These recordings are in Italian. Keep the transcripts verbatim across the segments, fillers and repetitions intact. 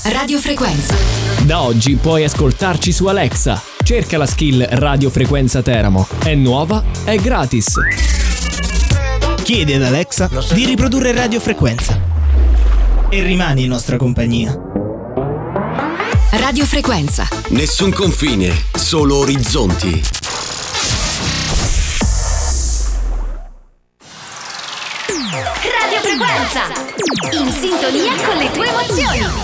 Radiofrequenza. Da oggi puoi ascoltarci su Alexa. Cerca la skill Radiofrequenza Teramo. È nuova, è gratis. Chiedi ad Alexa di riprodurre Radiofrequenza e rimani in nostra compagnia. Radiofrequenza. Nessun confine, solo orizzonti. Radiofrequenza. In sintonia con le tue emozioni.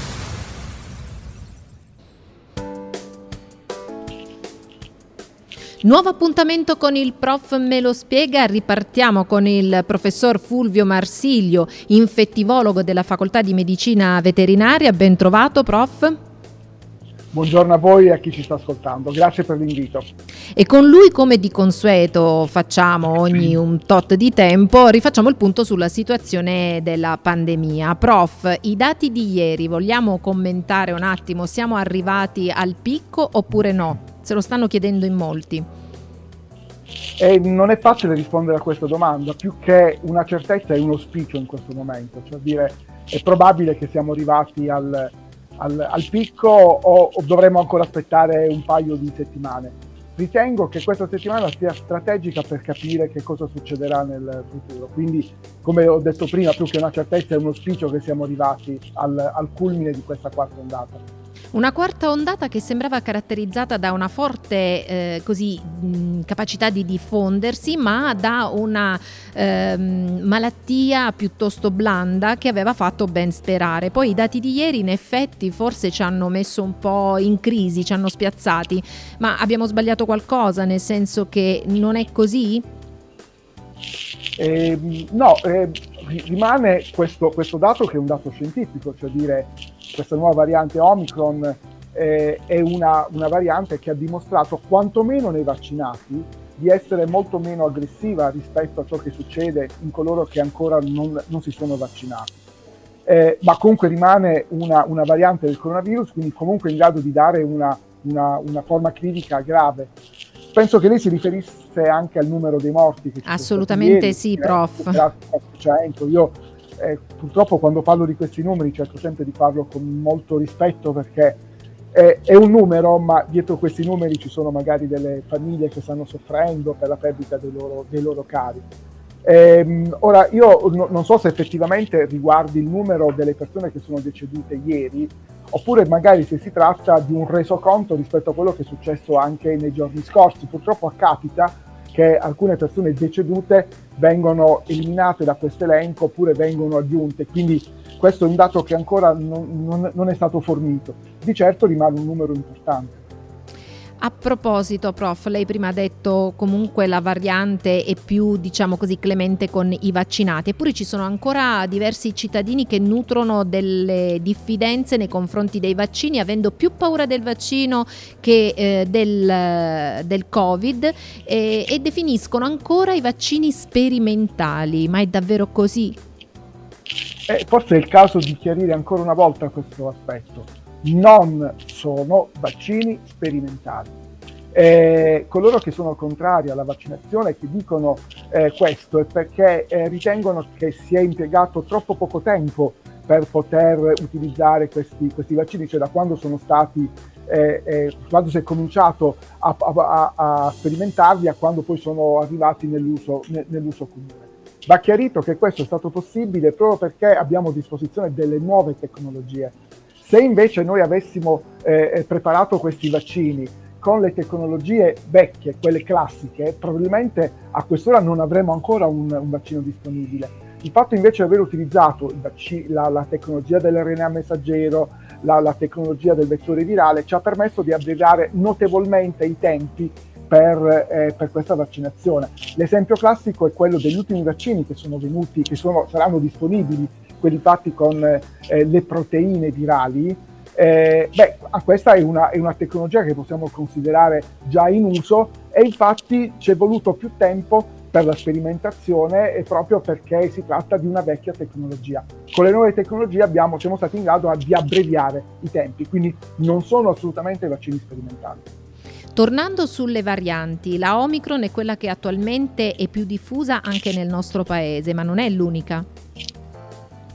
Nuovo appuntamento con il Prof Me lo spiega. Ripartiamo con il professor Fulvio Marsiglio, infettivologo della Facoltà di Medicina Veterinaria. Ben trovato, prof. Buongiorno a voi e a chi ci sta ascoltando, grazie per l'invito. E con lui, come di consueto facciamo ogni un tot di tempo, rifacciamo il punto sulla situazione della pandemia. Prof, i dati di ieri vogliamo commentare un attimo? Siamo arrivati al picco oppure no? Se lo stanno chiedendo in molti. E non è facile rispondere a questa domanda, più che una certezza è un auspicio in questo momento, cioè dire è probabile che siamo arrivati al, al, al picco o, o dovremo ancora aspettare un paio di settimane. Ritengo che questa settimana sia strategica per capire che cosa succederà nel futuro, quindi come ho detto prima, più che una certezza è un auspicio che siamo arrivati al, al culmine di questa quarta ondata. Una quarta ondata che sembrava caratterizzata da una forte eh, così, mh, capacità di diffondersi, ma da una eh, malattia piuttosto blanda che aveva fatto ben sperare. Poi i dati di ieri in effetti forse ci hanno messo un po' in crisi, ci hanno spiazzati, ma abbiamo sbagliato qualcosa, nel senso che non è così? Eh, no, eh, rimane questo, questo dato che è un dato scientifico, cioè dire questa nuova variante Omicron eh, è una, una variante che ha dimostrato quantomeno nei vaccinati di essere molto meno aggressiva rispetto a ciò che succede in coloro che ancora non, non si sono vaccinati. Eh, ma comunque rimane una, una variante del coronavirus, quindi comunque in grado di dare una, una, una forma clinica grave. Penso che lei si riferisse anche al numero dei morti. Che ci Assolutamente sono stati sì, ieri, prof. quattrocento. Io eh, purtroppo quando parlo di questi numeri cerco sempre di farlo con molto rispetto, perché è, è un numero, ma dietro questi numeri ci sono magari delle famiglie che stanno soffrendo per la perdita dei loro, dei loro cari. Ehm, ora, io no, non so se effettivamente riguardi il numero delle persone che sono decedute ieri, oppure magari se si tratta di un resoconto rispetto a quello che è successo anche nei giorni scorsi. Purtroppo capita che alcune persone decedute vengono eliminate da questo elenco oppure vengono aggiunte, quindi questo è un dato che ancora non, non, non è stato fornito. Di certo rimane un numero importante. A proposito, prof, lei prima ha detto comunque la variante è più, diciamo così, clemente con i vaccinati, eppure ci sono ancora diversi cittadini che nutrono delle diffidenze nei confronti dei vaccini, avendo più paura del vaccino che eh, del, del Covid, eh, e definiscono ancora i vaccini sperimentali. Ma è davvero così? Eh, forse è il caso di chiarire ancora una volta questo aspetto. Non sono vaccini sperimentali. Eh, coloro che sono contrari alla vaccinazione, che dicono eh, questo, è perché eh, ritengono che si è impiegato troppo poco tempo per poter utilizzare questi, questi vaccini, cioè da quando sono stati, eh, eh, quando si è cominciato a, a, a sperimentarli a quando poi sono arrivati nell'uso, nell'uso comune. Va chiarito che questo è stato possibile proprio perché abbiamo a disposizione delle nuove tecnologie. Se invece noi avessimo eh, preparato questi vaccini con le tecnologie vecchie, quelle classiche, probabilmente a quest'ora non avremmo ancora un, un vaccino disponibile. Il fatto invece di aver utilizzato il vac- la, la tecnologia dell'erre enne a messaggero, la, la tecnologia del vettore virale, ci ha permesso di abbreviare notevolmente i tempi per, eh, per questa vaccinazione. L'esempio classico è quello degli ultimi vaccini che sono venuti, che sono, saranno disponibili, quelli fatti con eh, le proteine virali. Eh, beh, questa è una, è una tecnologia che possiamo considerare già in uso, e infatti ci è voluto più tempo per la sperimentazione, e proprio perché si tratta di una vecchia tecnologia. Con le nuove tecnologie abbiamo, siamo stati in grado di abbreviare i tempi, quindi non sono assolutamente vaccini sperimentali. Tornando sulle varianti, la Omicron è quella che attualmente è più diffusa anche nel nostro paese, ma non è l'unica.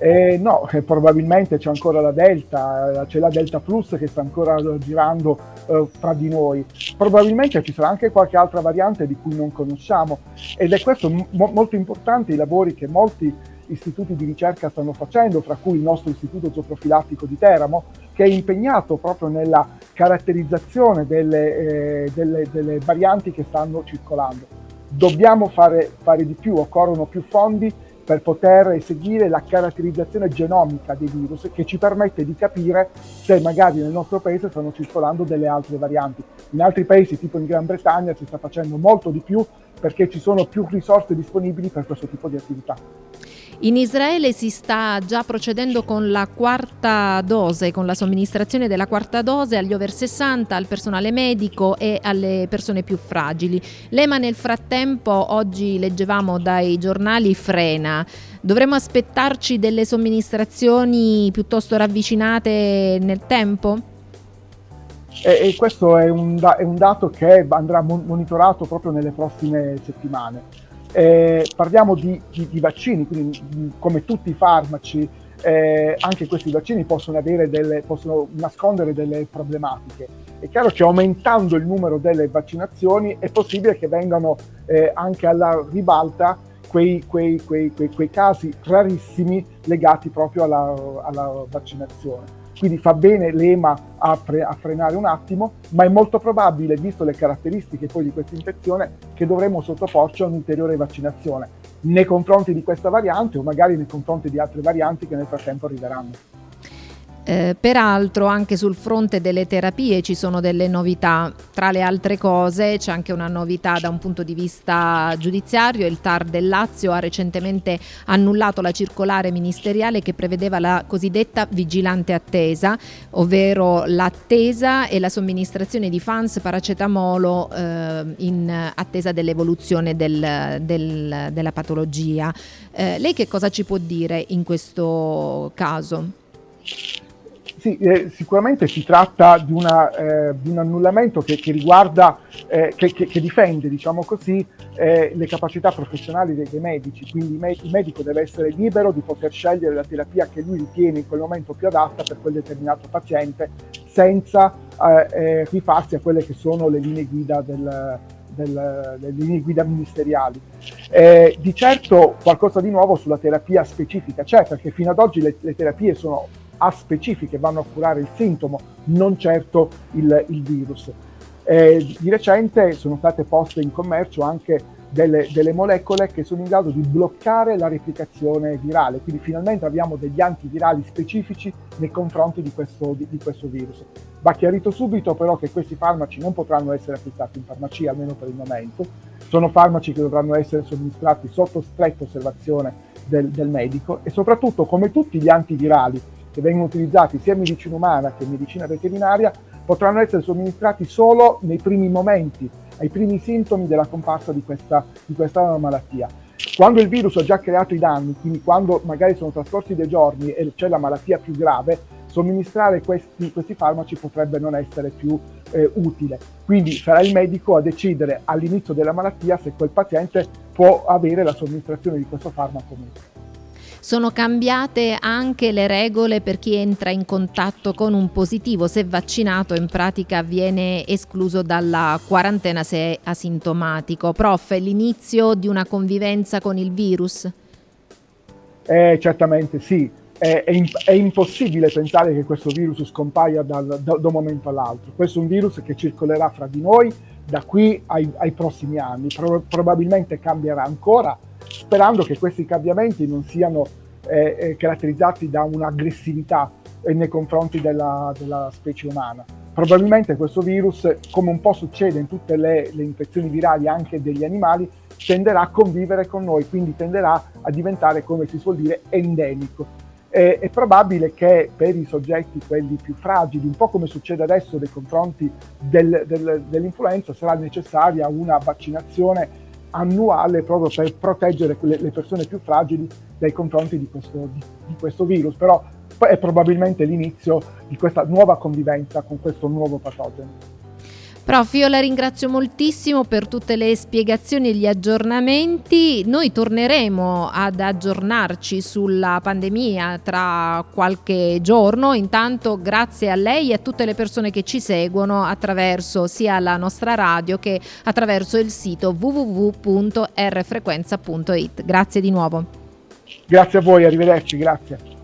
Eh, no, eh, probabilmente c'è ancora la Delta, c'è la Delta Plus che sta ancora girando eh, fra di noi. Probabilmente ci sarà anche qualche altra variante di cui non conosciamo, ed è questo mo- molto importante i lavori che molti istituti di ricerca stanno facendo, fra cui il nostro istituto zooprofilattico di Teramo, che è impegnato proprio nella caratterizzazione delle, eh, delle, delle varianti che stanno circolando. Dobbiamo fare, fare di più, occorrono più fondi per poter eseguire la caratterizzazione genomica dei virus, che ci permette di capire se magari nel nostro paese stanno circolando delle altre varianti. In altri paesi, tipo in Gran Bretagna, si sta facendo molto di più perché ci sono più risorse disponibili per questo tipo di attività. In Israele si sta già procedendo con la quarta dose, con la somministrazione della quarta dose agli over sessanta, al personale medico e alle persone più fragili. L'E M A nel frattempo, oggi leggevamo dai giornali, frena. Dovremmo aspettarci delle somministrazioni piuttosto ravvicinate nel tempo? E, e questo è un, da- è un dato che andrà mon- monitorato proprio nelle prossime settimane. Eh, parliamo di, di, di vaccini, quindi mh, come tutti i farmaci, eh, anche questi vaccini possono, avere delle, possono nascondere delle problematiche. È chiaro che aumentando il numero delle vaccinazioni è possibile che vengano eh, anche alla ribalta quei, quei, quei, quei, quei casi rarissimi legati proprio alla, alla vaccinazione. Quindi fa bene l'E M A a, fre- a frenare un attimo, ma è molto probabile, visto le caratteristiche poi di questa infezione, che dovremo sottoporci a un'ulteriore vaccinazione nei confronti di questa variante o magari nei confronti di altre varianti che nel frattempo arriveranno. Eh, peraltro anche sul fronte delle terapie ci sono delle novità. Tra le altre cose c'è anche una novità da un punto di vista giudiziario. Il T A R del Lazio ha recentemente annullato la circolare ministeriale che prevedeva la cosiddetta vigilante attesa, ovvero l'attesa e la somministrazione di Fans paracetamolo eh, in attesa dell'evoluzione del, del, della patologia. Eh, lei che cosa ci può dire in questo caso? Sì, eh, sicuramente si tratta di, una, eh, di un annullamento che, che riguarda, eh, che, che, che difende, diciamo così, eh, le capacità professionali dei, dei medici, quindi me- il medico deve essere libero di poter scegliere la terapia che lui ritiene in quel momento più adatta per quel determinato paziente, senza eh, eh, rifarsi a quelle che sono le linee guida del, del, delle linee guida ministeriali. Eh, di certo qualcosa di nuovo sulla terapia specifica c'è, perché fino ad oggi le, le terapie sono aspecifiche, vanno a curare il sintomo, non certo il, il virus. Eh, di recente sono state poste in commercio anche delle, delle molecole che sono in grado di bloccare la replicazione virale, quindi finalmente abbiamo degli antivirali specifici nei confronti di questo, di, di questo virus. Va chiarito subito però che questi farmaci non potranno essere acquistati in farmacia, almeno per il momento. Sono farmaci che dovranno essere somministrati sotto stretta osservazione del, del medico, e soprattutto, come tutti gli antivirali che vengono utilizzati sia in medicina umana che in medicina veterinaria, potranno essere somministrati solo nei primi momenti, ai primi sintomi della comparsa di questa, di questa malattia. Quando il virus ha già creato i danni, quindi quando magari sono trascorsi dei giorni e c'è la malattia più grave, somministrare questi, questi farmaci potrebbe non essere più eh, utile. Quindi sarà il medico a decidere all'inizio della malattia se quel paziente può avere la somministrazione di questo farmaco o meno. Sono cambiate anche le regole per chi entra in contatto con un positivo. Se vaccinato, in pratica viene escluso dalla quarantena se è asintomatico. Prof, è l'inizio di una convivenza con il virus? Eh, certamente sì. È, è, è impossibile pensare che questo virus scompaia dal, da, da un momento all'altro. Questo è un virus che circolerà fra di noi da qui ai, ai prossimi anni. Pro, probabilmente cambierà ancora, sperando che questi cambiamenti non siano eh, eh, caratterizzati da un'aggressività eh, nei confronti della, della specie umana. Probabilmente questo virus, come un po' succede in tutte le, le infezioni virali anche degli animali, tenderà a convivere con noi, quindi tenderà a diventare, come si suol dire, endemico. Eh, è probabile che per i soggetti, quelli più fragili, un po' come succede adesso nei confronti del, del, dell'influenza, sarà necessaria una vaccinazione annuale proprio per proteggere le, le persone più fragili dai confronti di questo, di, di questo virus, però è probabilmente l'inizio di questa nuova convivenza con questo nuovo patogeno. Prof, io la ringrazio moltissimo per tutte le spiegazioni e gli aggiornamenti. Noi torneremo ad aggiornarci sulla pandemia tra qualche giorno. Intanto grazie a lei e a tutte le persone che ci seguono attraverso sia la nostra radio che attraverso il sito w w w punto r frequenza punto it. Grazie di nuovo. Grazie a voi, arrivederci, grazie.